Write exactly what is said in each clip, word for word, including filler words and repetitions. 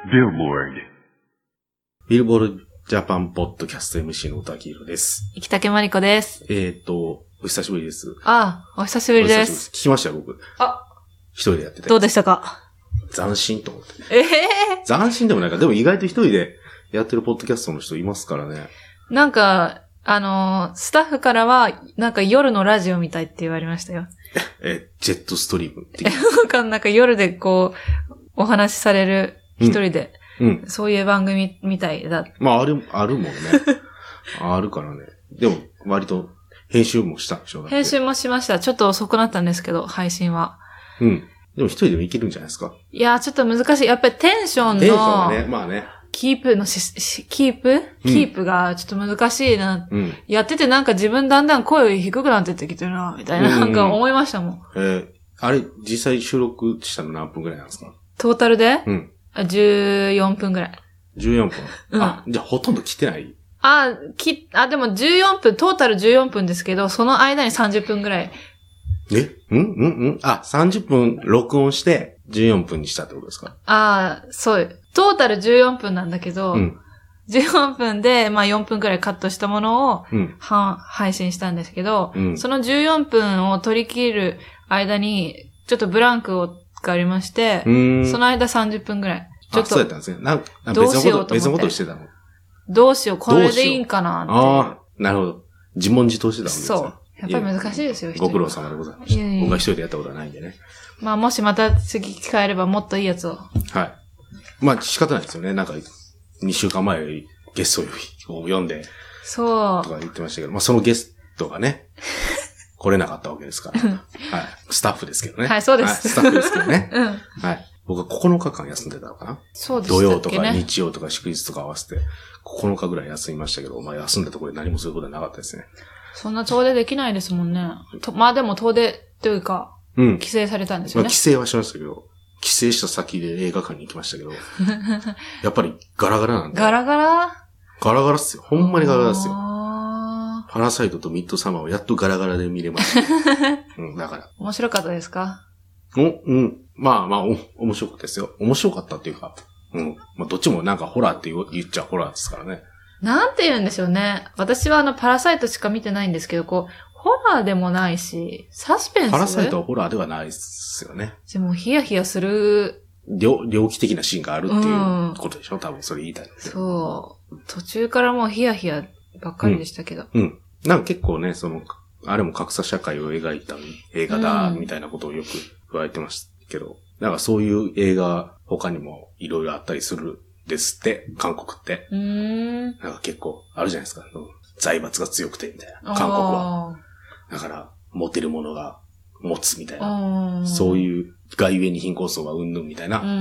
Billboard。 ビルボールジャパンポッドキャスト エムシー の歌木宏です。 生竹まりこです。 えっ、ー、と、お久しぶりです。 ああ、お久しぶりです。 聞きましたよ、僕。 あ、 一人でやってて。 どうでしたか？ 斬新と思って。 ええー、 斬新でもないか。でも意外と一人でやってるポッドキャストの人いますからね。 なんか、あのー、スタッフからは、なんか夜のラジオみたいって言われましたよ。 え、ジェットストリームっていう。 なんか夜でこう、お話しされる一人で、 うんうん、 そういう番組みたいだ。 まあ、ある、あるもんね。あるからね。でも、割と、編集もしたんでしょ？ 編集もしました。ちょっと遅くなったんですけど、配信は。 うん。でも一人でもいけるんじゃないですか？ いやー、ちょっと難しい。やっぱりテンションの、 テンションがね、まあね。 キープのし、しキープ、うん、キープがちょっと難しいな、うん。やっててなんか自分だんだん声低くなってってきてるな、みたいな、なんか思いましたもん。 えー、あれ、実際収録したの何分くらいなんですか？ トータルでうん。 じゅうよんぷんくらい。 じゅうよんぷん。 うん、 あ、じゃあほとんど来てない？ あ、き、あ、でもじゅうよんぷん、トータルじゅうよんぷんですけど、その間にさんじゅっぷんくらい。 えうんうんうんあ、さんじゅっぷん録音してじゅうよんぷんにしたってことですか？ ああ、そう。トータルじゅうよんぷんなんだけど、うん、じゅうよんぷんで、まあよんぷんくらいカットしたものを、うん、は配信したんですけど、うん、そのじゅうよんぷんを取り切る間に、ちょっとブランクをがありまして、その間さんじゅっぷんくらい。 ちょっと。あ、そうやったんですね。なんか別のこと、別のことしてたの？ どうしよう、これでいいんかなって。 ああ、なるほど。自問自答してたんですね。 そう。やっぱり難しいですよ、 ご苦労様でございました。いやいや僕が一人でやったことはないんでね。 まあもしまた次機会あればもっといいやつを。 はい。まあ仕方ないですよね。なんか、にしゅうかんまえよりゲストを呼んで、 そう。 とか言ってましたけど、まあそのゲストがね、来れなかったわけですから。はい。スタッフですけどね。 はい、そうです。 はい、スタッフですけどね。 うん。 はい。僕はここのかかん休んでたのかな？ そうですね。 土曜とか日曜とか祝日とか合わせて、ここのかぐらい休みましたけど、まあ休んだところで何もすることはなかったですね。 そんな遠出できないですもんね。とまあでも遠出というか、うん。帰省されたんですよね。 まあ帰省はしましたけど、帰省した先で映画館に行きましたけど、やっぱりガラガラなんで。 ガラガラ？ ガラガラっすよ。ほんまにガラガラっすよ。パラサイトとミッドサマーをやっとガラガラで見れました、ね。うん、だから。 面白かったですか？ お、うん。まあまあ、お、面白かったですよ。面白かったっていうか、うん。まあどっちもなんかホラーって言っちゃホラーですからね。 なんて言うんでしょうね。私はあの、パラサイトしか見てないんですけど、こう、ホラーでもないし、サスペンス。 パラサイトはホラーではないですよね。 でもヒヤヒヤする。 猟、猟奇的なシーンがあるっていうことでしょ、うん、多分それ言いたい。 そう。途中からもうヒヤヒヤばっかりでしたけど。 うん。うん、なんか結構ね、その、あれも格差社会を描いた映画だ、みたいなことをよく言われてましたけど、なんかそういう映画他にもいろいろあったりするですって、韓国って。 うーん。 なんか結構あるじゃないですか。財閥が強くてみたいな。韓国は。だから、持てるものが持つみたいな。そういう外縁に貧困層がうんぬんみたいな、うん、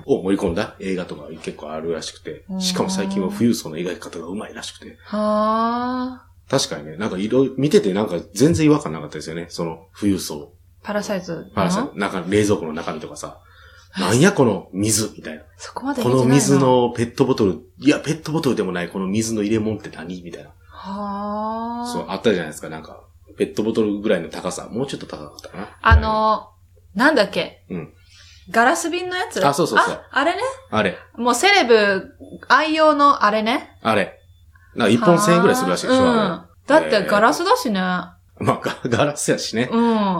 を盛り込んだ映画とか結構あるらしくて。しかも最近は富裕層の描き方がうまいらしくて。 はー。確かにね、なんかいろいろ見ててなんか全然違和感なかったですよね。その富裕層。 パラサイト。 パラサイト。なんか冷蔵庫の中身とかさ。なんやこの水みたいな。 そこまでこの水のペットボトル、いや、ペットボトルでもないこの水の入れ物って何みたいな。 はー。 そう、あったじゃないですか。なんか、ペットボトルぐらいの高さ。もうちょっと高かったかな。 あのー、なんだっけうん。 ガラス瓶のやつ？ あ、そうそうそう。 あ、あれね。 あれ。 もうセレブ愛用のあれね。 あれ。なんか一本千円ぐらいするらしいでしょ、 うん。だってガラスだしね。 まあガ、ガラスやしね。 うん。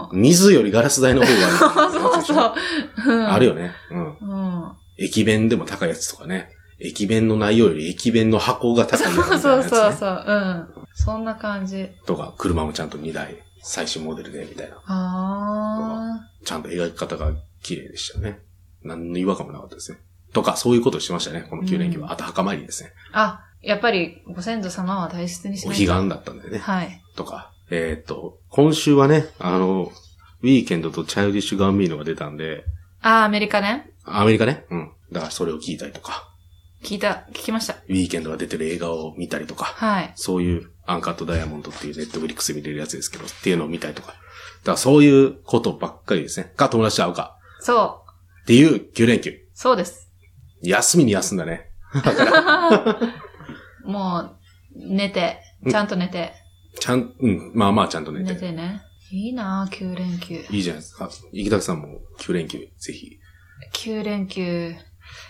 水よりガラス代の方がある。 そうそう。 うん、あるよね。うん。うん。駅弁でも高いやつとかね。駅弁の内容より駅弁の箱が高いやつ、ね。 そうそうそう。うん。そんな感じ。 とか、車もちゃんとにだい、最新モデルで、みたいな。 ああ。 ちゃんと描き方が綺麗でしたよね。何の違和感もなかったですね。とか、そういうことをしましたね。このきゅう連休は。うん、あと墓参りですね。 あ、やっぱりご先祖様は大切にしないと。 お彼岸だったんでね。 はい。 とか。えー、っと、今週はね、あの、ウィーケンドとチャイルディッシュ・ガンビーノが出たんで。 ああ、アメリカね。 アメリカね。うん。だからそれを聞いたりとか。 聞いた、聞きました。 ウィーケンドが出てる映画を見たりとか。 はい。 そういうアンカットダイヤモンドっていうネットフリックスで見れるやつですけど、っていうのを見たりとか。だからそういうことばっかりですね。か、友達と会うか。 そう。 っていうきゅう連休。 そうです。 休みに休んだね。 もう、寝て、ちゃんと寝て。 ちゃん、うん、まあまあちゃんと寝て。 寝てね。いいなぁ、きゅう連休。 いいじゃないですか。池田さんもきゅう連休、ぜひ。 きゅう連休。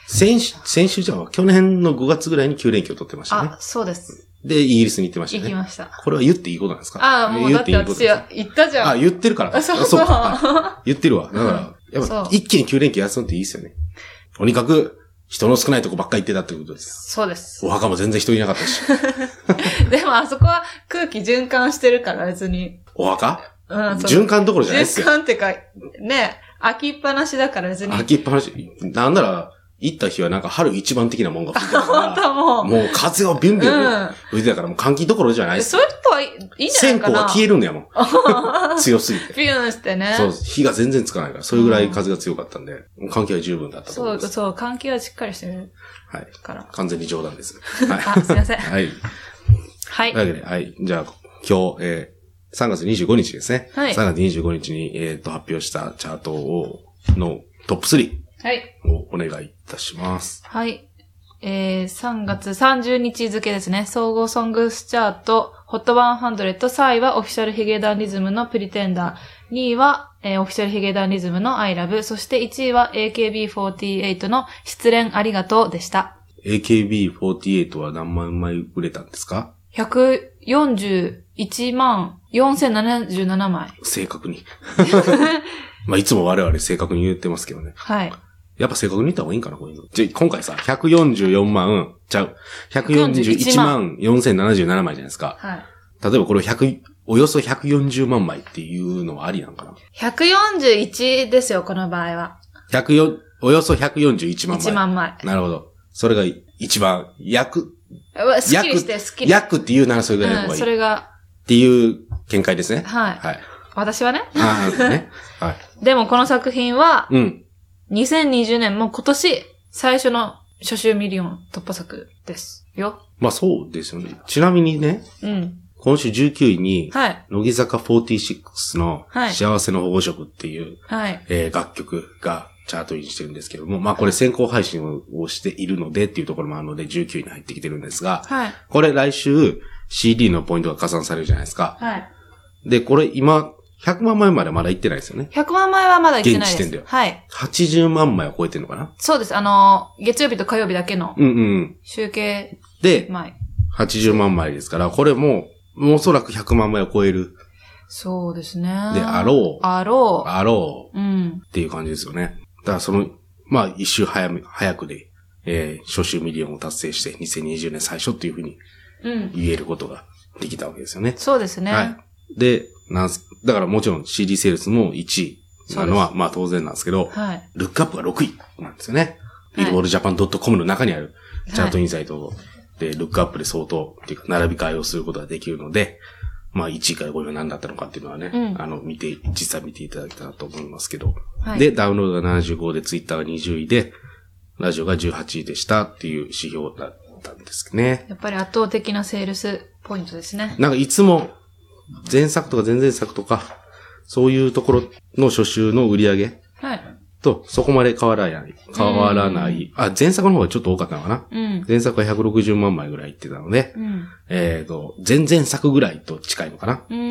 先週、先週じゃあ、去年のごがつぐらいにきゅう連休を取ってましたね。 あ、そうです。 で、イギリスに行ってましたね。 行きました。 これは言っていいことなんですか？ ああ、もうだって私は言ったじゃん。 あ、言ってるからか。 そうそう。 言ってるわ。だから、やっぱ一気にきゅう連休休むっていいですよね。とにかく、人の少ないとこばっかり行ってたってことです。 そうです。 お墓も全然人いなかったし。 でもあそこは空気循環してるから別に。 お墓？ うん、 循環どころじゃないですよ。 循環ってか、ね、開きっぱなしだから別に。 開きっぱなし。なんなら、行った日はなんか春一番的なもんが吹いてたから。 本当もう。 もう風をビュンビュン吹いてたから、もう換気どころじゃないです。 そういう人はいいんじゃないかな。 線香が消えるんだよ、もう。強すぎて。 ビューンしてね。 そう、火が全然つかないから、それぐらい風が強かったんで、換気は十分だったと思います。 そう、そう、換気はしっかりしてる。はい。から。 完全に冗談です。 はい。あ、すいません。 はい。 はい。 というわけで、はい。じゃあ、今日、えー、さんがつにじゅうごにちですね。はい。さんがつにじゅうごにちに、えっと、発表したチャートを、のトップスリー。はい。をお願いいたします。 はい。えー、さんがつさんじゅうにち付ですね。総合ソングスチャート、ホットひゃく、さんいはオフィシャルヒゲダンリズムのプリテンダー、にいは、えー、オフィシャルヒゲダンリズムの I Love、そしていちいは エーケービーフォーティーエイト の失恋ありがとうでした。 エーケービーフォーティーエイト は何万枚売れたんですか？ ひゃくよんじゅういちまんよんせんななじゅうななまい。 正確に。まあ、いつも我々正確に言ってますけどね。 はい。 やっぱ正確に言った方がいいんかな、こういうの。じゃ、今回さ、ひゃくよんじゅうよんまん、ちゃう。ひゃくよんじゅういちまんよんせんななじゅうななまいじゃないですか。はい。例えばこれをひゃく、およそひゃくよんじゅうまんまいっていうのはありなんかな？ ひゃくよんじゅういち ですよ、この場合は。 ひゃくよん、およそひゃくよんじゅういちまんまい。 いちまんまい。 なるほど。それが一番、約、 スッキリして、スッキリ。 約って言うならそれぐらいの方がいい。 うん、それが。 っていう見解ですね。 はい。はい。私はね。 ああ、ね。はい。 でもこの作品は、 うん。 にせんにじゅうねんも今年最初の初週ミリオン突破作ですよ。 まあそうですよね。ちなみにね。 うん。 今週じゅうくいに、 はい。 乃木坂フォーティーシックスの幸せの保護色っていう、 はい。 えー、楽曲がチャートインしてるんですけども、まあこれ先行配信をしているのでっていうところもあるのでじゅうきゅういに入ってきてるんですが、 はい。 これ来週 シーディー のポイントが加算されるじゃないですか。 はい。 で、これ今、ひゃくまんまいまでまだ行ってないですよね。 ひゃくまんまいはまだ行ってないです。 現時点では。 はい。 はちじゅうまんまいは超えてるのかな？ そうです。あのー、月曜日と火曜日だけの。 うんうん。 集計。 で、はちじゅうまんまいですから、これも、もうおそらくひゃくまんまいを超える。 そうですね。 で、あろう。 あろう。 あろう。うん。 っていう感じですよね。だからその、まあ一周早め、早くで、えー、初週ミリオンを達成して、にせんにじゅうねん最初っていうふうに、言えることができたわけですよね。 うん、そうですね。 はい。で、なんす、だからもちろん シーディー セールスもいちいなのは、まあ当然なんですけど、 はい。 ルックアップがろくいなんですよね。ビルボールジャパンドットコムの中にあるチャートインサイトで、ルックアップで相当っていうか並び替えをすることができるので、まあいちいからごいは何だったのかっていうのはね、うん、あの、見て、実際見ていただけたらと思いますけど、はい、で、ダウンロードがななじゅうごで、ツイッターがにじゅういで、ラジオがじゅうはちいでしたっていう指標だったんですね。 やっぱり圧倒的なセールスポイントですね。 なんかいつも、前作とか前々作とか、そういうところの初週の売り上げと、そこまで変わらない。変わらない。あ、前作の方がちょっと多かったのかな、 うん、 前作はひゃくろくじゅうまんまいぐらいいってたので、 うん、 えっと、前々作ぐらいと近いのかな、 うん、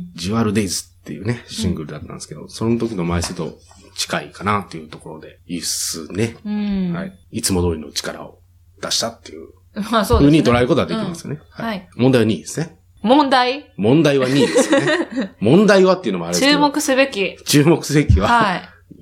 ジュアルデイズっていうね、シングルだったんですけど、うん、その時の枚数と近いかなっていうところで、いいっすね。 うん、 はい。いつも通りの力を出したっていう。 まあそうですね。 風に捉えることはできますよね。 うん、はい。 問題はにいですね。 問題問題はにいですよね。問題はっていうのもあれですけど。 注目すべき。 注目すべきは。 はい。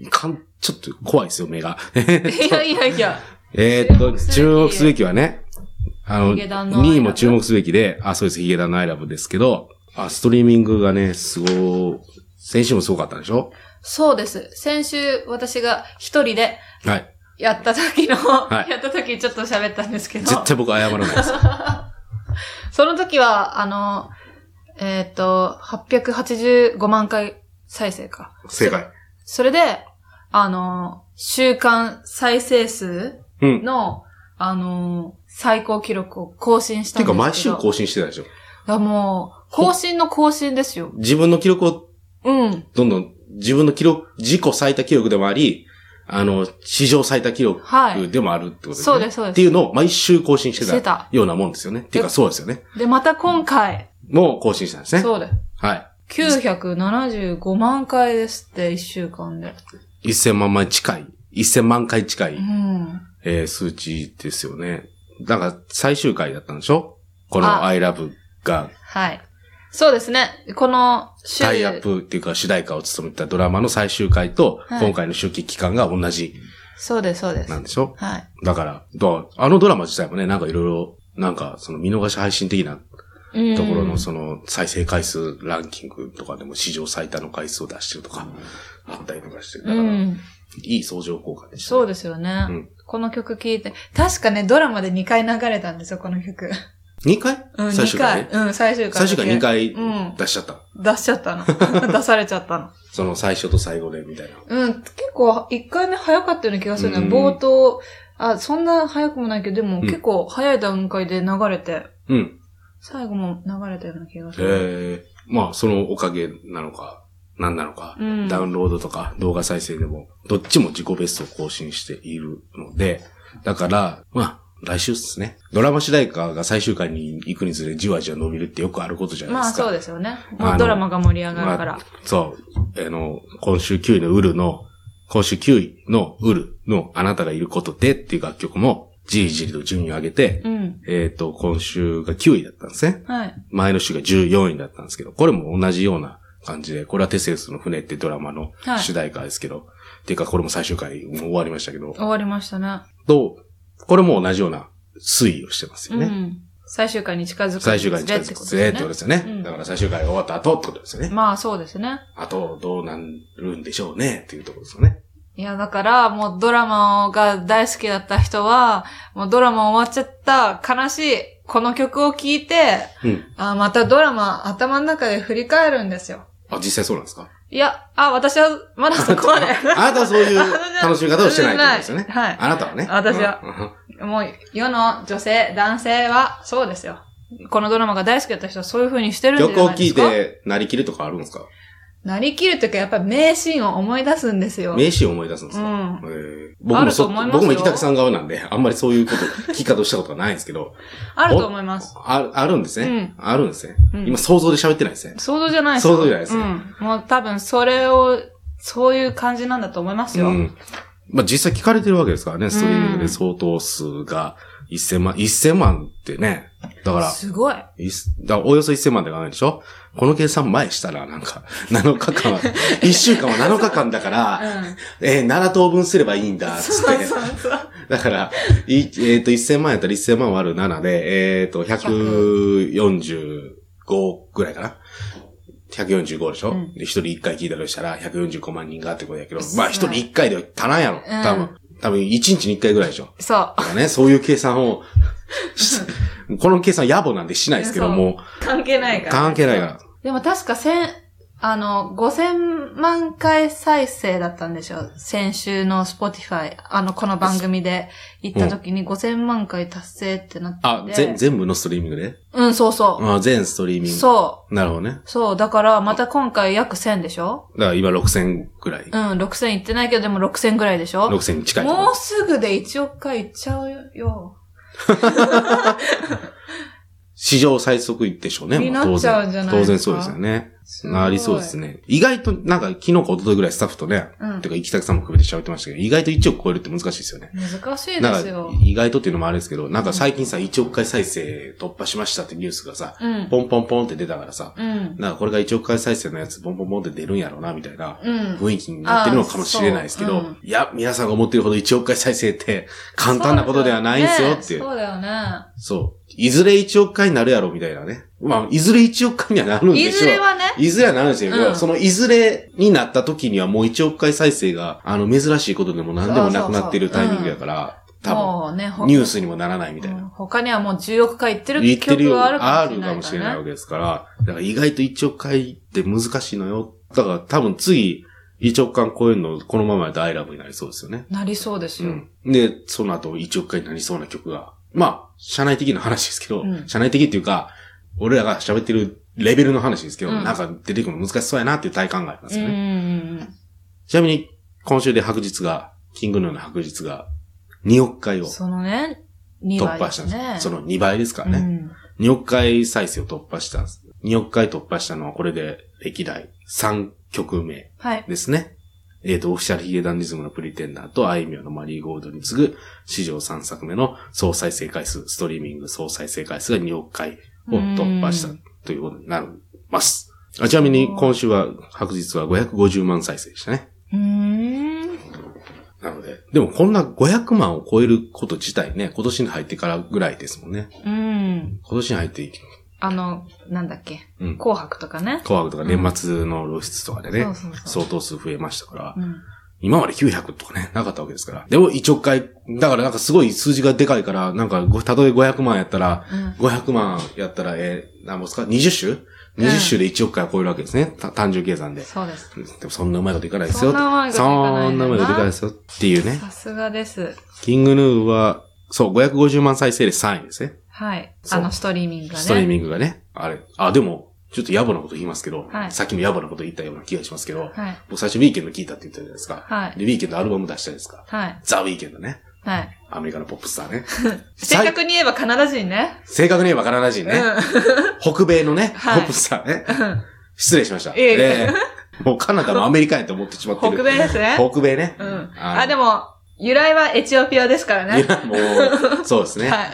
かん、ちょっと怖いですよ、目が。 いやいやいや。 えーっと、注目すべきはね、あの、にいも注目すべきで、あ、そうです、ヒゲダンのアイラブですけど、あ、ストリーミングがね、すご、先週もすごかったでしょ？ そうです。先週、私が一人で、はい。やった時の、はい、やった時ちょっと喋ったんですけど。 絶対僕謝らないです。 その時は、あの、えっと、はっぴゃくはちじゅうごまんかい再生か。 正解。 そ, それで、あの、週間再生数の、うん、あの、最高記録を更新したんですけど。てか毎週更新してたでしょ。 あ、もう、更新の更新ですよ。 自分の記録を、 うん。 どんどん、自分の記録、自己最多記録でもあり、あの、史上最多記録でもあるってことですね。 そうです、そうです。 っていうのを毎週更新してたようなもんですよね。っていうかそうですよね。 で、また今回。 もう更新したんですね。 そうです。 はい。 きゅうひゃくななじゅうごまんかいですって、一週間で。 せんまんまい近い。せんまんかい近い。 うん。 えー、数値ですよね。なんか最終回だったんでしょ？この I Love が。 はい。そうですね。このタイアップっていうか主題歌を務めたドラマの最終回と、はい、今回の周期期間が同じ。 そうです、そうです。 なんでしょ？ はい。 だから、あのドラマ自体もね、なんかいろいろ、なんかその見逃し配信的なところのその再生回数ランキングとかでも史上最多の回数を出してるとか、あったりとかしてる。だから、うん、いい相乗効果でした、ね。 そうですよね。うん、この曲聴いて、確かね、ドラマでにかい流れたんですよ、この曲。 にかい？ うん、 最終回、 にかい。うん、最終回。 最終回にかい出しちゃった。 うん、出しちゃったの。出されちゃったの。 その最初と最後でみたいな。 うん、結構いっかいめ早かったような気がするね。冒頭、あ、そんな早くもないけど、でも、うん、結構早い段階で流れて。うん。最後も流れたような気がする。 へえ。まあ、そのおかげなのか、何なのか、うん、ダウンロードとか動画再生でも、どっちも自己ベストを更新しているので、だから、まあ、来週ですね。ドラマ主題歌が最終回に行くにつれじわじわ伸びるってよくあることじゃないですか。 まあそうですよね。もうドラマが盛り上がるから。まあ、 そう。あの、今週きゅういのウルの、今週きゅういのウルのあなたがいることでっていう楽曲も、じりじりと順位を上げて、うん、えっと、今週がきゅういだったんですね。はい。前の週がじゅうよんいだったんですけど、これも同じような感じで、これはテセウスの船ってドラマの主題歌ですけど、はい、っていうかこれも最終回もう終わりましたけど。 終わりましたね。 と、これも同じような推移をしてますよね。うん、 最終回に近づく。 最終回に近づくってことですよね。うん、だから最終回が終わった後ってことですよね。 まあそうですね。 あと、どうなるんでしょうねっていうところですよね。 いや、だから、もうドラマが大好きだった人は、もうドラマ終わっちゃった悲しい、この曲を聴いて、うん、あ、またドラマ頭の中で振り返るんですよ。 あ、実際そうなんですか？ いや、あ、私はまだそこまで。 あなたはそういう楽しみ方をしてないってことですよね。はい。あなたはね。 私は。うん、もう、世の女性、男性は、そうですよ。このドラマが大好きだった人はそういう風にしてるんじゃないですか？ 曲を聴いて、なりきるとかあるんですか？ なりきるというか、やっぱり名シーンを思い出すんですよ。 名シーンを思い出すんですか？うん。えー、僕もそ、僕も池崎さん側なんで、あんまりそういうこと、聞き方をしたことがないんですけど。 あると思います。 あ、あるんですね。うん。あるんですね。うん、今想像で喋ってないですね。 想像じゃないです想像じゃないですね。 うん。もう多分それを、そういう感じなんだと思いますよ。うん。 まあ実際聞かれてるわけですからね、ストリーミングで相当数がせんまん、せんまんってね。だから。 すごい。 いだおよそせんまんで考えるでしょ？この計算前したら、なんか、なのかかんは、いっしゅうかんはなのかかんだから、うん、えー、なな等分すればいいんだ、つって。そうそうそう。だから、いえっ、ー、と、せんまんやったらせんまん割るななで、えっ、ー、と、ひゃくよんじゅうごぐらいかな。ひゃくよんじゅうごでしょ、うん、で、一人一回聞いたとしたら、ひゃくよんじゅうごまん人がってことやけど、まあ一人一回で足らんやろ。多分。多分一日に一回ぐらいでしょ。 そう。だからね、そういう計算を、この計算野暮なんでしないですけども。 関係ないから。 関係ないから。 でも確か千、あの、ごせんまんかい再生だったんでしょ。先週の Spotify、あの、この番組で行った時にごせんまんかい達成ってなってて。 あ、ぜ、全部のストリーミングで？ うん、そうそう。 あ、全ストリーミング。 そう。 なるほどね。 そう、だからまた今回約せんでしょ？ だから今ろくせんぐらい。 うん、ろくせんいってないけどでもろくせんぐらいでしょ？ ろくせんに近い。 もうすぐでいちおくかいいっちゃうよ。 史上最速でしょうね。 になっちゃうんじゃないですか。 当然そうですよね。なりそうですね。意外と、なんか、昨日か一昨日ぐらいスタッフとね、うん、てか、行きたくさんも含めて喋ってましたけど、意外といちおく超えるって難しいですよね。 難しいですよ。 意外とっていうのもあれですけど、なんか最近さ、いちおくかい再生突破しましたってニュースがさ、うん、ポンポンポンって出たからさ、うん、なんかこれがいちおくかい再生のやつ、ポンポンポンって出るんやろうな、みたいな雰囲気になってるのかもしれないですけど、うん、いや、皆さんが思ってるほどいちおくかい再生って簡単なことではないんですよっていう。 そうだよね。 そう。いずれいちおくかいになるやろ、みたいなね。まあ、いずれいちおくかいにはなるんでしょう。 いずれはね。 いずれはなるんですけど、うん、そのいずれになった時にはもういちおくかい再生が、あの、珍しいことでも何でもなくなってるタイミングやから、そうそうそう、うん、多分、ね、ニュースにもならないみたいな。うん、 他にはもうじゅうおくかい言ってる曲があるかもしれない、ね。 あるかもしれないわけですから、だから意外といちおくかいって難しいのよ。だから多分次、いちおくかい超えるの、このままだとアイラブになりそうですよね。 なりそうですよ。 うん。で、その後いちおくかいになりそうな曲が、まあ、社内的な話ですけど、うん、社内的っていうか、俺らが喋ってるレベルの話ですけど、うん、なんか出てくるの難しそうやなっていう体感がありますよね。うんうんうん、ちなみに、今週で白日が、キングヌーの白日がにおくかいをそのね、突破したんです。ね、そのにばいですからね、うん。におくかい再生を突破したんです。におくかい突破したのはこれで歴代さんきょくめですね。はい、 えっ、ー、と、オフィシャルヒゲダンディズムのプリテンダーと、あいみょんのマリーゴールドに次ぐ、史上さんさくめの総再生回数、ストリーミング総再生回数がにおくかいを突破したということになります。あちなみに、今週は、白日はごひゃくごじゅうまん再生でしたね。 うーん。 なので、でもこんなごひゃくまんを超えること自体ね、今年に入ってからぐらいですもんね。 うん。 今年に入っていあの、なんだっけ、うん、紅白とかね。 紅白とか年末の露出とかでね、うん、そうそうそう相当数増えましたから、 うん、 今まできゅうひゃくとかね、なかったわけですから。でもいちおくかい、だからなんかすごい数字がでかいから、なんか、たとえごひゃくまんやったら、うん、ごひゃくまんやったら、えー、何本ですか ?にじゅっ 種 ?にじゅっ 種でいちおくかいを超えるわけですね。単純計算で。 そうです。 でもそんなうまいこといかないですよ。 そんなうまいこといかない。 そんなうまいこといかないですよ。っていうね。 さすがです。 キングヌーは、そう、ごひゃくごじゅうまん再生でさんいですね。 はい。あの、ストリーミングがね。 ストリーミングがね。あれ。あ、でも、ちょっと野暮なこと言いますけど、 はい、 さっきも野暮なこと言ったような気がしますけど、 はい、 僕最初ウィーケンド聞いたって言ったじゃないですか。 はい、 で、ウィーケンドアルバム出したじゃないですか。 はい、 ザ・ウィーケンドね。 はい、 アメリカのポップスターね。 正確に言えばカナダ人ね。 正確に言えばカナダ人ね。うん、北米のね、はい、ポップスターね。失礼しました。ええー、もうカナダもアメリカやと思ってしまってる。 北米ですね。 北米ね。 うん、あ, あ、でも、由来はエチオピアですからね。 いや、もう、そうですね。 はい。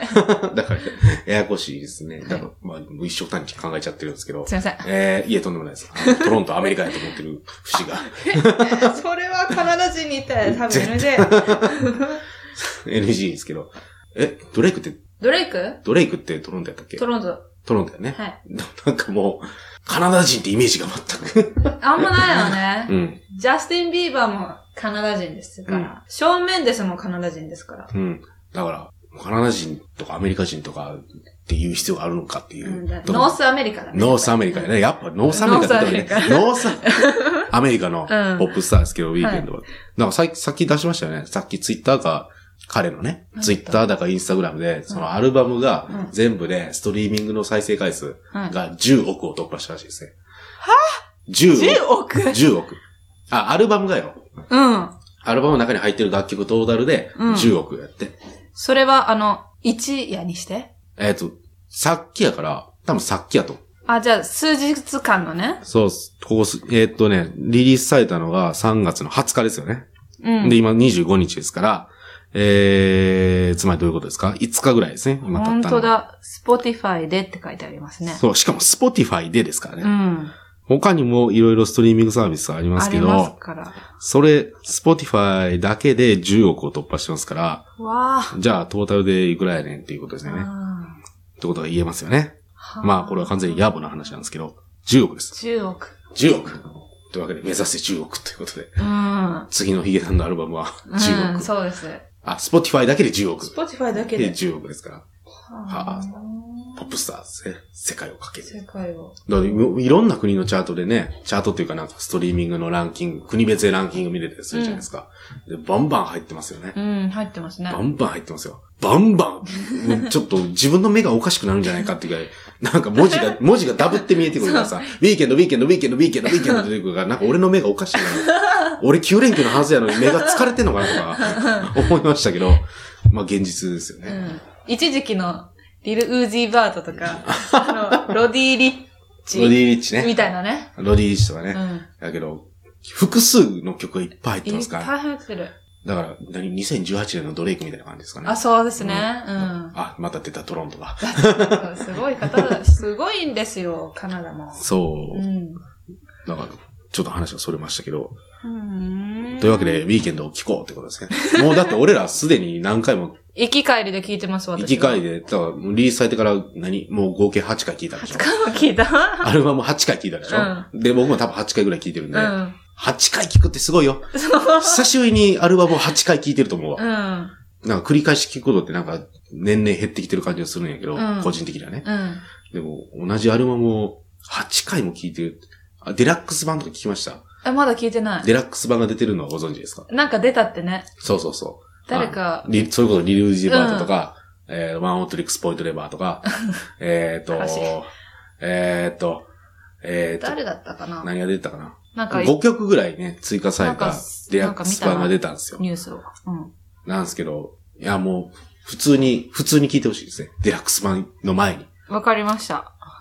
だから、ややこしいですね。だから、まあ、一生単に考えちゃってるんですけど。 すいません。 えー、いえ、とんでもないです。トロント、アメリカやと思ってる節が。 それはカナダ人に言ったら多分 エヌジェー。 エヌジー ですけど。え、ドレイクって、 ドレイクドレイクってトロントやったっけ？ トロント。 トロントやね。 はい。 なんかもう、カナダ人ってイメージが全く。 あんまないよね。 うん。 ジャスティン・ビーバーもカナダ人ですから。うん、ショーン・メンデスもカナダ人ですから。 うん。だから、カナダ人とかアメリカ人とかっていう必要があるのかっていう。うん、 ノースアメリカだね。 ノースアメリカやね。やっぱノースアメリカって言ったらね。ノースアメリカのポップスターですけど、うん、ウィーケンドは。なんかさっき、さっき出しましたよね。さっきツイッターか、彼のね、ツイッターだかインスタグラムで、そのアルバムが全部でストリーミングの再生回数がじゅうおくを突破したらしいですね。 はぁ ?じゅうおく ?じゅうおく。あ、アルバムがよ。 うん。 アルバムの中に入ってる楽曲トータルでじゅうおくやって。うん、 それはあの、一夜にしてえっと、さっきやから、多分さっきやと。 あ、じゃあ数日間のね。 そう、ここす、えー、っとね、リリースされたのがさんがつのはつかですよね。うん。で、今にじゅうごにちですから、えー、つまりどういうことですか ?いつかぐらいですね。今経ったの。 本当だ。Spotify でって書いてありますね。 そう、しかも Spotify でですからね。 うん。 他にもいろいろストリーミングサービスありますけど、ありますから。それ、Spotify だけでじゅうおくを突破してますから、 わー。 じゃあトータルでいくらやねんっていうことですよね。ってことが言えますよね。まあ、これは完全に野暮な話なんですけど、じゅうおくです。 じゅうおく。 じゅうおく。というわけで、目指せじゅうおくということで。 うん。 次のヒゲさんのアルバムはじゅうおく。 うん、そうです。 あ、Spotify だけでじゅうおく。 Spotify だけで。 でじゅうおくですから。はあ、ポップスターですね。世界をかける。 世界を。 だからいろんな国のチャートでね、チャートっていうかなんかストリーミングのランキング、国別でランキング見れたりするじゃないですか。うん、で、バンバン入ってますよね。 うん、入ってますね。 バンバン入ってますよ。バンバンちょっと自分の目がおかしくなるんじゃないかっていうか、なんか文字が、文字がダブって見えてくるからさ、ウィーケンド、ウィーケンド、ウィーケンド、ウィーケンド、ウィーケンドって出てくるから、なんか俺の目がおかしいな。俺きゅう連休のはずやのに目が疲れてんのかなとか思いましたけど、まあ現実ですよね。 うん、一時期のリル・ウージー・バートとか、あの、ロディ・リッチ。 ロディ・リッチね。 みたいなね。 ロディ・リッチとかね。 うん。 だけど、複数の曲がいっぱい入ってますから。 いっぱい入ってる。 だから、何、にせんじゅうはちねんのドレイクみたいな感じですかね。 あ、そうですね。うん。うん、 あ、また出たトロントが。 すごい方だ。すごいんですよ、カナダも。 そう。 うん。 だから、ちょっと話がそれましたけど。 うーん。 というわけで、ウィーケンドを聴こうってことですね。もうだって俺らすでに何回も。 行き帰りで聞いてます、私は。 行き帰りで、だからリリースされてから何もう合計はちかい聞いたでしょ。 はちかいも聞いたアルバムはちかい聞いたでしょ、うん、で、僕も多分はちかいぐらい聞いてるんで。うん、はちかい聞くってすごいよ。久しぶりにアルバムをはちかい聞いてると思うわ。 うん。 なんか繰り返し聞くことってなんか年々減ってきてる感じがするんやけど、うん、個人的にはね。 うん。 でも同じアルバムをはちかいも聞いてる。あ、デラックス版とか聞きました？ あ、まだ聞いてない。 デラックス版が出てるのはご存知ですか？ なんか出たってね。 そうそうそう。 誰か。 リ、それこそリルージーバートとか、うん、えー、ワンオートリックスポイントレバーとか、えっと、えっと、えっと、 誰だったかな？ 何が出てたかな？ なんかごきょくぐらいね、追加されたデラックス版が出たんですよ。 ニュースを。うん。 なんですけど、いやもう、普通に、普通に聞いてほしいですね。デラックス版の前に。 わかりました。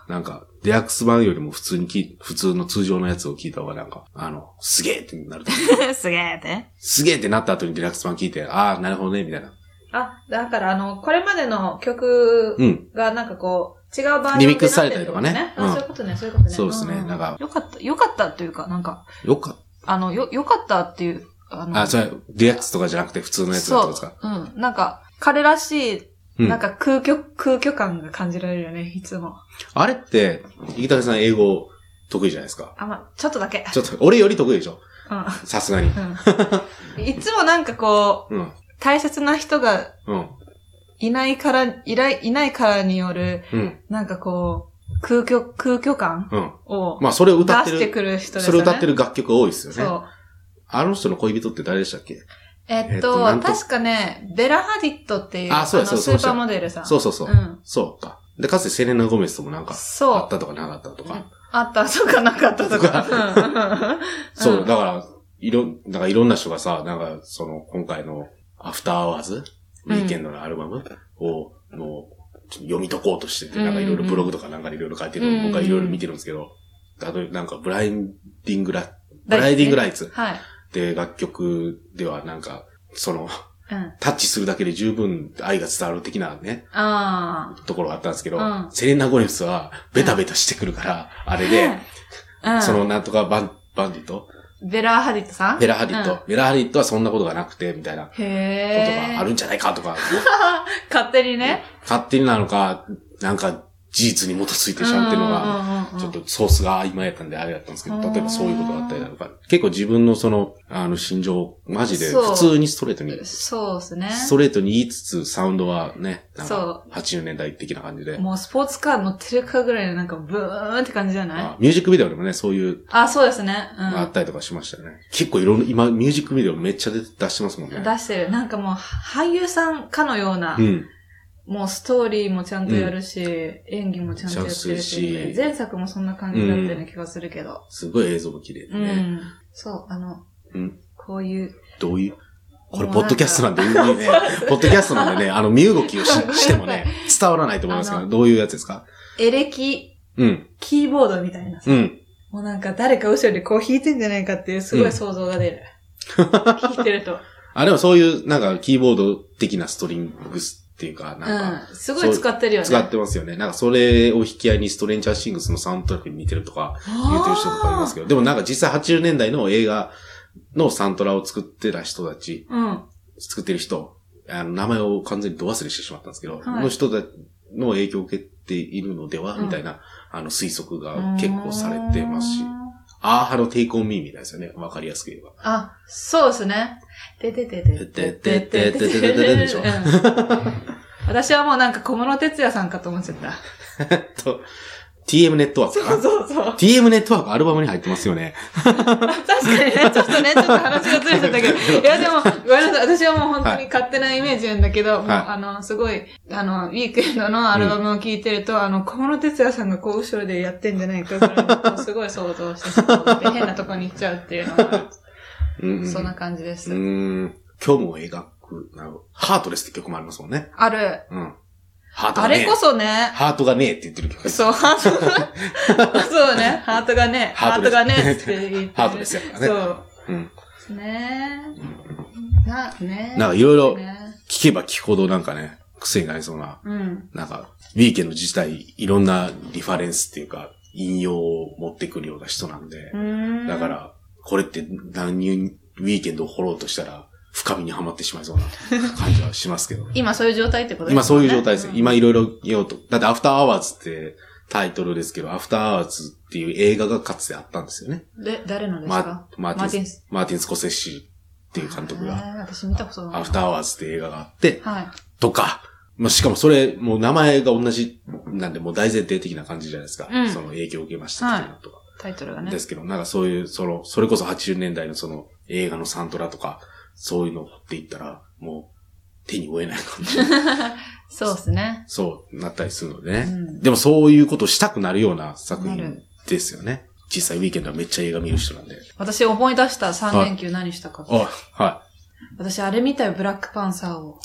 なんか、デラックス版よりも普通にき、普通の通常のやつを聞いた方がなんか、あの、すげーってなると。 すげーってすげーってなった後にデラックス版聞いて、ああ、なるほどね、みたいな。 あ、だからあの、これまでの曲がなんかこう、違うバージョンでなってる、ね、 リミックスされたりとかね。 うん、そういうことね、そういうことね。 そうですね、 うんうん、 なんか。 よかった、よかったというか、なんか。 よかった。 あの、よ、よかったっていう、あの。 あ、それ、デラックスとかじゃなくて普通のやつだったんですか？ そう。うん。なんか、彼らしい、なんか空虚、うん、空虚感が感じられるよね、いつも。 あれって、池谷さん英語得意じゃないですか？ あ、まあ、ちょっとだけ。 ちょっと、俺より得意でしょ？ うん。 さすがに。 うん。いつもなんかこう、うん、大切な人が、うん。いないから、いない、いないからによる、うん、なんかこう、空虚、空虚感を、うん、まあそれを歌ってる、出してくる人ですよね。 それを歌ってる楽曲多いですよね。そう。あの人の恋人って誰でしたっけ？ えっと、えっと確かね、ベラ・ハディットっていう、あ、そうそうそう、あのスーパーモデルさん。 そうそうそう。うん、そうか。で、かつてセレナ・ゴメスともなんか、あったとかなかったとか。 あったとかなかったとか。 そう、だから、いろ、なんかいろんな人がさ、なんか、その、今回のアフターアワーズウィーケンドのアルバムを、もう、読み解こうとしてて、なんかいろいろブログとかなんかいろいろ書いてるのを僕はいろいろ見てるんですけど、あと、なんか、ブラインディングラ、ブライディングライツ。はい。で、楽曲ではなんか、その、うん、タッチするだけで十分愛が伝わる的なね、あところがあったんですけど、うん、セレナ・ゴメスはベタベタしてくるから、うん、あれで、うん、そのなんとかバン、バンディットベラ・ハディットさんベラ・ハディット、うん。ベラ・ハディットはそんなことがなくて、みたいなことがあるんじゃないかとか。 勝手にね。 勝手になのか、なんか、事実に基づいてしゃんっていうのが、ちょっとソースが今やったんであれだったんですけど、例えばそういうことがあったりだとか、結構自分のその、あの、心情、マジで普通にストレートに、 そうですね。 ストレートに言いつつ、サウンドはね、なんか、はちじゅうねんだい的な感じで。 もうスポーツカー乗ってるかぐらいのなんか、ブーンって感じじゃない？ ミュージックビデオでもね、そういう。 あ、そうですね。 うん。あったりとかしましたよね。結構いろんな、今、ミュージックビデオめっちゃ出してますもんね。 出してる。なんかもう、俳優さんかのような。うん。もうストーリーもちゃんとやるし、うん、演技もちゃんとやってるし、前作もそんな感じだったような気がするけど。うん、 すごい映像も綺麗でね。うん。 そう、あの、うん、こういう。 どういうこれ、ポッドキャストなんで、ね、ポッドキャストなんでね、あの、身動きを し, してもね、伝わらないと思いますけど、どういうやつですか？ エレキ、うん、キーボードみたいなさ、うん、もうなんか誰か後ろでこう弾いてんじゃないかっていうすごい想像が出る。うん、弾いてると。 あ、でもそういう、なんか、キーボード的なストリングス、っていうか、なんか、うん。すごい使ってるよね。 使ってますよね。なんかそれを引き合いにストレンジャーシングスのサウンドトラックに似てるとか言ってる人とかいますけど、でもなんか実際はちじゅうねんだいの映画のサントラを作ってた人たち、うん、作ってる人、あの名前を完全にど忘れしてしまったんですけど、はい、この人たちの影響を受けているのでは、うん、みたいな、あの推測が結構されてますし、アーハのテイクオンミーみたいですよね。わかりやすく言えば。 あ、そうですね。てててててててててててでしょ。私はもうなんか小室哲也さんかと思っちゃった。 えっと、ティーエム ネットワークかな。 そうそうそう。 ティーエム ネットワークアルバムに入ってますよね。 確かにね、ちょっとね、ちょっと話がずれちゃったけど。いやでも、ごめんなさい。私はもう本当に勝手なイメージなんだけど、はい、もうあの、すごい、あの、ウィークエンドのアルバムを聴いてると、うん、あの、小室哲也さんがこう後ろでやってんじゃないか、それをすごい想像してしまって、変なとこに行っちゃうっていうのが、うん、そんな感じです。 うん。今日も映画、なるほど。ハートレスって曲もありますもんね。 ある。 うん。ハートがねえ。 あれこそね。 ハートがねえって言ってる曲です。 そう、ハートが、そうね。ハートがねえ。ハートがねえって言ってる。 ハートですよね。 そう。うん。ねえ。な、ねなんかいろいろ聞けば聞くほどなんかね、癖になりそうな。うん。なんか、ウィーケンド自体、いろんなリファレンスっていうか、引用を持ってくるような人なんで。うん。だから、これって何にウィーケンドを掘ろうとしたら、深みにはまってしまいそうな感じはしますけど。 今そういう状態ってことですか？ 今そういう状態です。うん、今いろいろ言おうと。だってアフターアワーズってタイトルですけど、アフターアワーズっていう映画がかつてあったんですよね。 で、誰のですか？ マーティンス、マーティンスコセッシっていう監督が。 私見たことない。 アフターアワーズっていう映画があって、はい。とか、まあ、しかもそれ、もう名前が同じなんで、もう大前提的な感じじゃないですか。うん、その影響を受けましたっていうのとか、はい。 タイトルがね。 ですけど、なんかそういう、その、それこそはちじゅうねんだいのその映画のサントラとか、そういうのって言ったら、もう手に負えない感じ。 そうですね。 そうなったりするのでね、うん。でもそういうことをしたくなるような作品ですよね。実際ウィーケンドはめっちゃ映画見る人なんで。 私思い出したさん連休何したか。 あ、はい。 私あれ見たよ、ブラックパンサーを。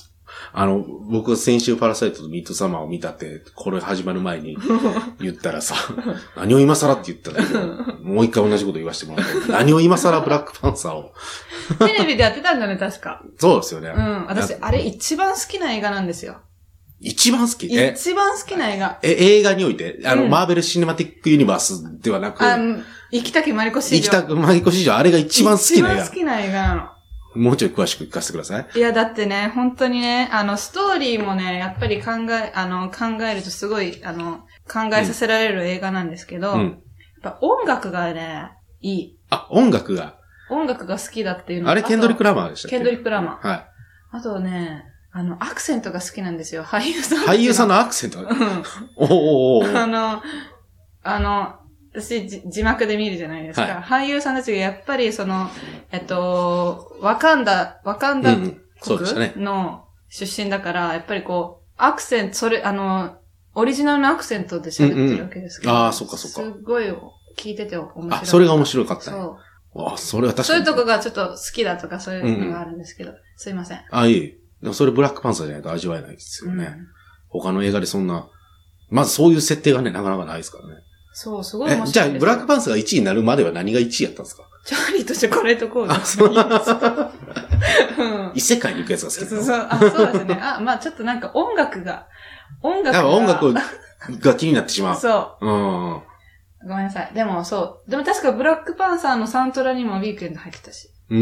あの、僕先週パラサイトとミッドサマーを見たって、これ始まる前に言ったらさ、何を今更って言ったら、もう一回同じこと言わせてもらって、何を今更ブラックパンサーを。 テレビでやってたんだね、確か。 そうですよね。 うん。私、あれ一番好きな映画なんですよ。 一番好きえ一番好きな映画。 え、映画においてあの、うん、マーベルシネマティックユニバースではなく、 あ生きたけマリコ史上。 生きたけマリコ史上、あれが一番好きな映画。 一番好きな映画なの。 もうちょい詳しく聞かせてください。 いや、だってね、本当にね、あの、ストーリーもね、やっぱり考え、あの、考えるとすごい、あの、考えさせられる映画なんですけど、うん、やっぱ音楽がね、いい。 あ、音楽が音楽が好きだっていうのあれ、ケンドリック・ラマーでしたっけ？ ケンドリック・ラマー。 はい。 あとね、あの、アクセントが好きなんですよ、俳優さん。 俳優さんのアクセントうん。おーおーおーあの、あの、私、字幕で見るじゃないですか。はい、俳優さんたちがやっぱりその、えっと、ワカンダ、ワカンダ国の出身だから、うんうんね、やっぱりこう、アクセント、それ、あの、オリジナルのアクセントで喋ってるわけですけど。 うんうん、ああ、そっかそっか。 すごい聞いてて面白い。 あ、それが面白かったね。 そう。 あ、それは確かに。 そういうとこがちょっと好きだとかそういうのがあるんですけど、うんうん、すいません。 あ、いい。でもそれブラックパンサーじゃないと味わえないですよね。うん、他の映画でそんな、まずそういう設定がね、なかなかないですからね。 そう、すごい面白いです。 じゃあ、ブラックパンサーがいちいになるまでは何がいちいやったんですか？ チャーリーとチョコレートコード。 あ、そう。異世界に行くやつが好きですそうそう、あ、そうですね。あ、まあちょっとなんか音楽が、音楽が。 音楽が気になってしまう。 そう。 うん。 ごめんなさい。でもそう。でも確かブラックパンサーのサントラにもウィークエンド入ってたし。 うん。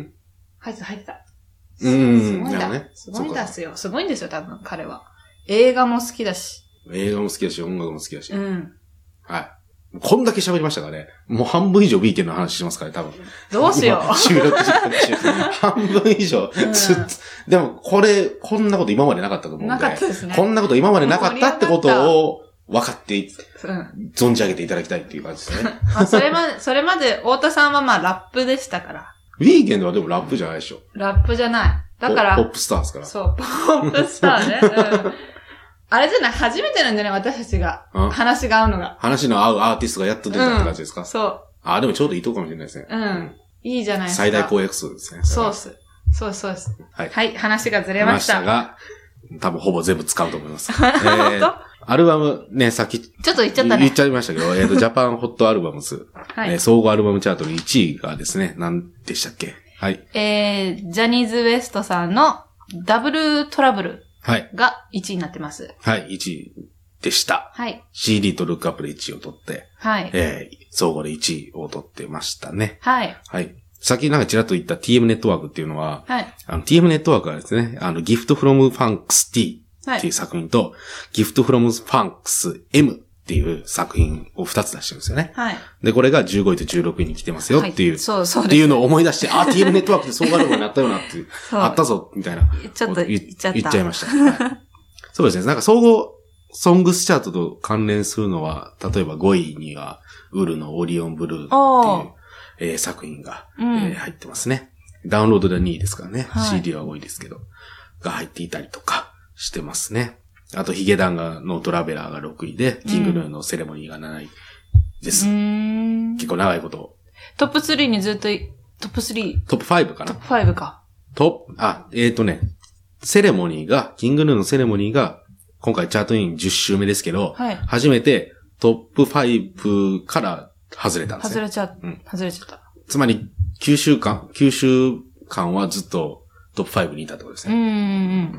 入ってた、入ってた。 うん。 すごいんだ。ね、すごいんですよ。すごいんですよ、多分、彼は。映画も好きだし。 映画も好きだし、音楽も好きだし。 うん。 はい。こんだけ喋りましたからね。もう半分以上 ビーケン の話してますからね、多分。 どうしよう。 収録時間中。半分以上、うん。でも、これ、こんなこと今までなかったと思うんで。 なかったですね。 こんなこと今までなかったってことを分かって、うん、存じ上げていただきたいっていう感じですね。 まあ、それまで、それまで、太田さんはまあ、ラップでしたから。 ビーケンドはでもラップじゃないでしょ。 ラップじゃない。だから。 ポップスターですから。 そう、ポップスターね。うんあれじゃない初めてなんじゃない私たちが。話が合うのが。 話の合うアーティストがやっと出たって感じですか、うん、 そう。 あ、でもちょうどいいとこかもしれないですね。 うん。うん、いいじゃないですか。 最大公約数ですね。 そうっす。そうそうです。はい。はい、話がずれました。 話が、多分ほぼ全部使うと思います。えー、アルバムね、さっき。 ちょっと言っちゃったね。 言っちゃいましたけど、えっ、ー、と、ジャパンホットアルバムズ。はい、えー。総合アルバムチャートのいちいがですね、何でしたっけ？はい。 えー、ジャニーズ ウエストさんのダブルトラブル。はい。がいちいになってます。 はい、いちいでした。 はい。 シーディー とルックアップでいちいを取って。 はい。 えー、総合でいちいを取ってましたね。 はい。 はい。さっきなんかちらっと言った ティーエム ネットワークっていうのは、 はい。 あの ティーエム ネットワークはですね、あの、Gift from Funks T っていう作品と、はい、Gift from Funks Mっていう作品をふたつ出してるんですよね。 はい。 で、これがじゅうごいとじゅうろくいに来てますよっていう。はい、 そうそうです。 っていうのを思い出して、あ、ティーエム ネットワークで総合アルバムになったよなっていう。あったぞ、みたいな。 ちょっと言っちゃった。 言っちゃいました。はい、そうですね。なんか総合ソングスチャートと関連するのは、例えばごいには、ウルのオリオンブルーっていう、えー、作品が、うんえー、入ってますね。ダウンロードでにいですからね。はい、シーディー は多いですけど、が入っていたりとかしてますね。あと、ヒゲダンがのトラベラーがろくいで、キングヌーのセレモニーがなないです。うん、結構長いこと。 トップスリーにずっと、トップスリー? トップファイブかな。 トップファイブか。 トップ、あ、えっ、ー、とね、セレモニーが、キングヌーのセレモニーが、今回チャートインじゅっ週目ですけど、はい、初めてトップファイブから外れたんですね。 外れちゃった。うん。外れちゃった。 つまり、きゅうしゅうかん、きゅうしゅうかんはずっとトップファイブにいたってことですね。 うんうんうん。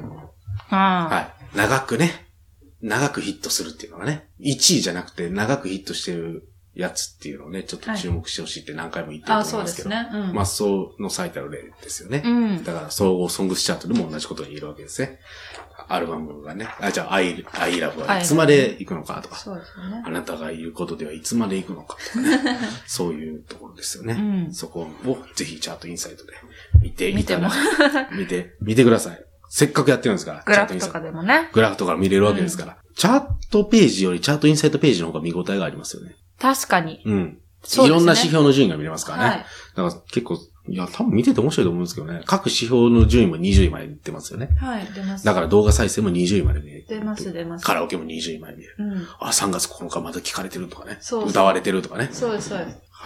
あはい。長くね、長くヒットするっていうのがね、いちいじゃなくて長くヒットしてるやつっていうのをね、ちょっと注目してほしいって何回も言ってると思いますけど。はい、あ、そうですね。うん、まあ、そうの最たる例ですよね。うん。だから総合ソングスチャートでも同じことが言えるわけですね。アルバムがね、あ、じゃあ、I, I love はいつまで行くのかとか、 そうですね。 あなたがいることではいつまで行くのかとかね、そういうところですよね。うん、そこをぜひチャートインサイトで見ていただ見て、見てください。せっかくやってるんですから、 グラフとかでもね。 グラフとか見れるわけですから、うん。チャートページよりチャートインサイトページの方が見応えがありますよね。 確かに。 うん。そうですね、いろんな指標の順位が見れますからね。はい、だから結構、いや、多分見てて面白いと思うんですけどね。各指標の順位もにじゅういまで出ますよね。 はい、出ます。 だから動画再生もにじゅういまで見える。 出ます、出ます。 カラオケもにじゅういまで見える。 うん。 あ、さんがつここのかまだ聞かれてるとかね。 そうそう。 歌われてるとかね。 そうです、そうです。 はい。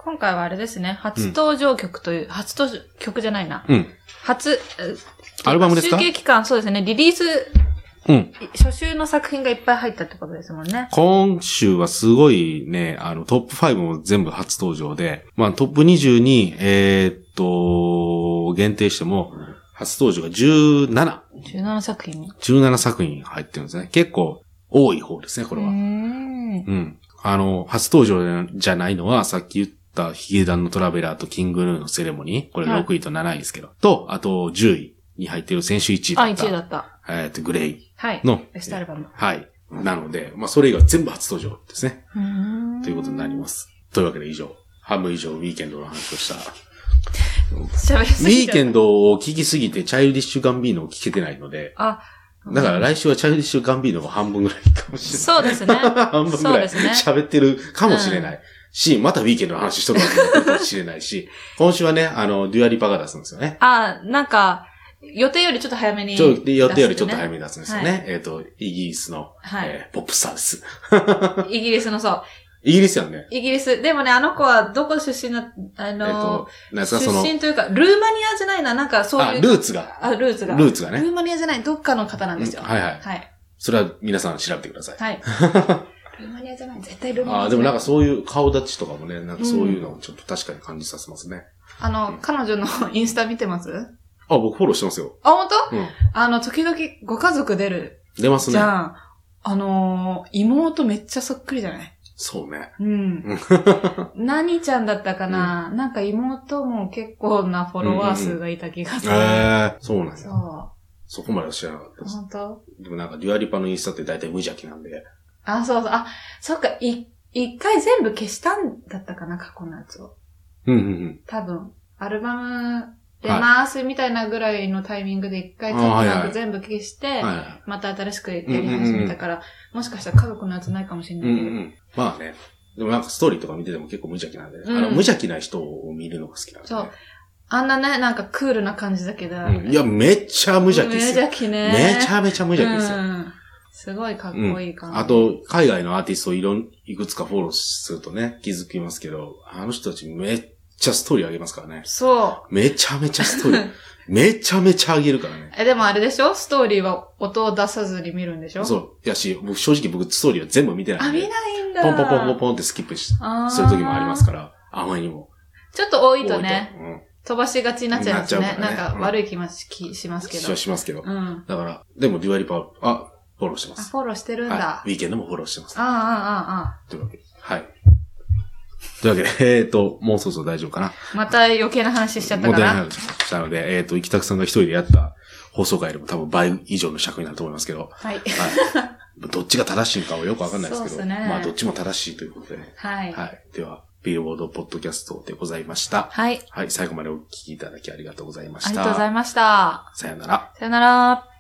今回はあれですね、初登場曲という、うん、初登場曲じゃないな。 うん。 初、 アルバムですか？ 集計期間、そうですね、リリース、 うん。 初週の作品がいっぱい入ったってことですもんね。 今週はすごいね、あの、トップごも全部初登場で、まあトップにじゅうに、えー、っと、限定しても、初登場がじゅうなな。 じゅうなな作品 ? じゅうなな 作品入ってるんですね。結構多い方ですね、これは。うーん。 うん。あの、初登場じゃないのは、さっき言ったヒゲダンのトラベラーとキングヌーのセレモニー。これろくいとなないですけど。はい、と、あとじゅういに入ってる先週いちいだった。 あ、いちいだった。 えっと、グレイはい。 の。 ベストアルバム。 はい。なので、まあ、それ以外全部初登場ですね。 うーん。 ということになります。というわけで以上、半分以上ウィーケンドの話をした。 喋りすぎウィーケンドを聞きすぎて、チャイルディッシュガンビーノを聞けてないので。 あ、 だから来週はチャイルディッシュガンビーノが半分ぐらいかもしれない。 そうですね。 半分ぐらい喋ってるかもしれない。うん、し、またウィーケンドの話しとるかもしれないし、今週はね、あの、デュアリパが出すんですよね。 あ、なんか、予定よりちょっと早めに、 ね。予定よりちょっと早めに出すんですよね。はい、えっ、ー、と、イギリスの、 はいえー、ポップスターです。 イギリスのそう。 イギリスやんね。 イギリス。でもね、あの子はどこ出身な、あの、えっと、 なんかその出身というか、ルーマニアじゃないな、なんかそういう。 あ、ルーツが。 あ、ルーツが。 ルーツがね。 ルーマニアじゃない、どっかの方なんですよ。 うん、はいはい。 はい。 それは皆さん調べてください。 はい。ルーマニアじゃない、絶対ルーマニアじゃない。 あ、でもなんかそういう顔立ちとかもね、なんかそういうのをちょっと確かに感じさせますね。 うん、あの、うん、彼女のインスタ見てます？ あ、僕フォローしてますよ。 あ、本当？ うん。 あの、時々ご家族出る。 出ますね。 じゃん。あのー、妹めっちゃそっくりじゃない？ そうね。 うん。何ちゃんだったかな、うん、なんか妹も結構なフォロワー数がいた気がする。 うんうんうん、えー、そうなんだ。 そう。 そこまでは知らなかったです。 本当？ でもなんかデュアリパのインスタって大体無邪気なんで。 あ、そうそう。あ、そっか、い、一回全部消したんだったかな、過去のやつを。 うんうんうん。 多分、アルバム出ますみたいなぐらいのタイミングで一回全部消して、はいはい、また新しくやり始めたから、うんうんうん、もしかしたら家族のやつないかもしれないけど。 うんうん、まあね。でもなんかストーリーとか見てても結構無邪気なんで、うん、あの無邪気な人を見るのが好きなんで、ね。そう。 あんなね、なんかクールな感じだけど。 うん、いや、めっちゃ無邪気ですよ。 無邪気ね。 めちゃめちゃ無邪気ですよ。 うんすごいかっこいい感じ、 うん。あと、海外のアーティストをいろん、いくつかフォローするとね、気づきますけど、あの人たちめっちゃストーリー上げますからね。 そう。 めちゃめちゃストーリー。めちゃめちゃ上げるからね。 え、でもあれでしょ？ストーリーは音を出さずに見るんでしょ？ そう。いやし、僕正直僕ストーリーは全部見てないんで。 あ、見ないんだ。 ポンポンポンポンポンってスキップしする時もありますから、あまりにも。 ちょっと多いとね、うん、飛ばしがちになっちゃうんですね。な, ねなんか悪い気も し,、うん、しますけど。 しますけど。 うん。 だから、でもデュアリパ、あ、フォローしてます。 あ、フォローしてるんだ。 はい、ウィーケンドもフォローしてます。 ああ、ああ、ああ。 というわけで。はい。というわけで、えっ、ー、と、もうそろそろ大丈夫かな。 また余計な話しちゃったから。 余計な話したので、えっ、ー、と、生田くさんが一人でやった放送回でも多分倍以上の尺になると思いますけど。 はい。はい。 どっちが正しいのかはよくわかんないですけど。 そうですね。 まあ、どっちも正しいということで。 はい。 はい。では、ビルボードポッドキャストでございました。 はい。 はい。最後までお聞きいただきありがとうございました。ありがとうございました。 さよなら。 さよなら。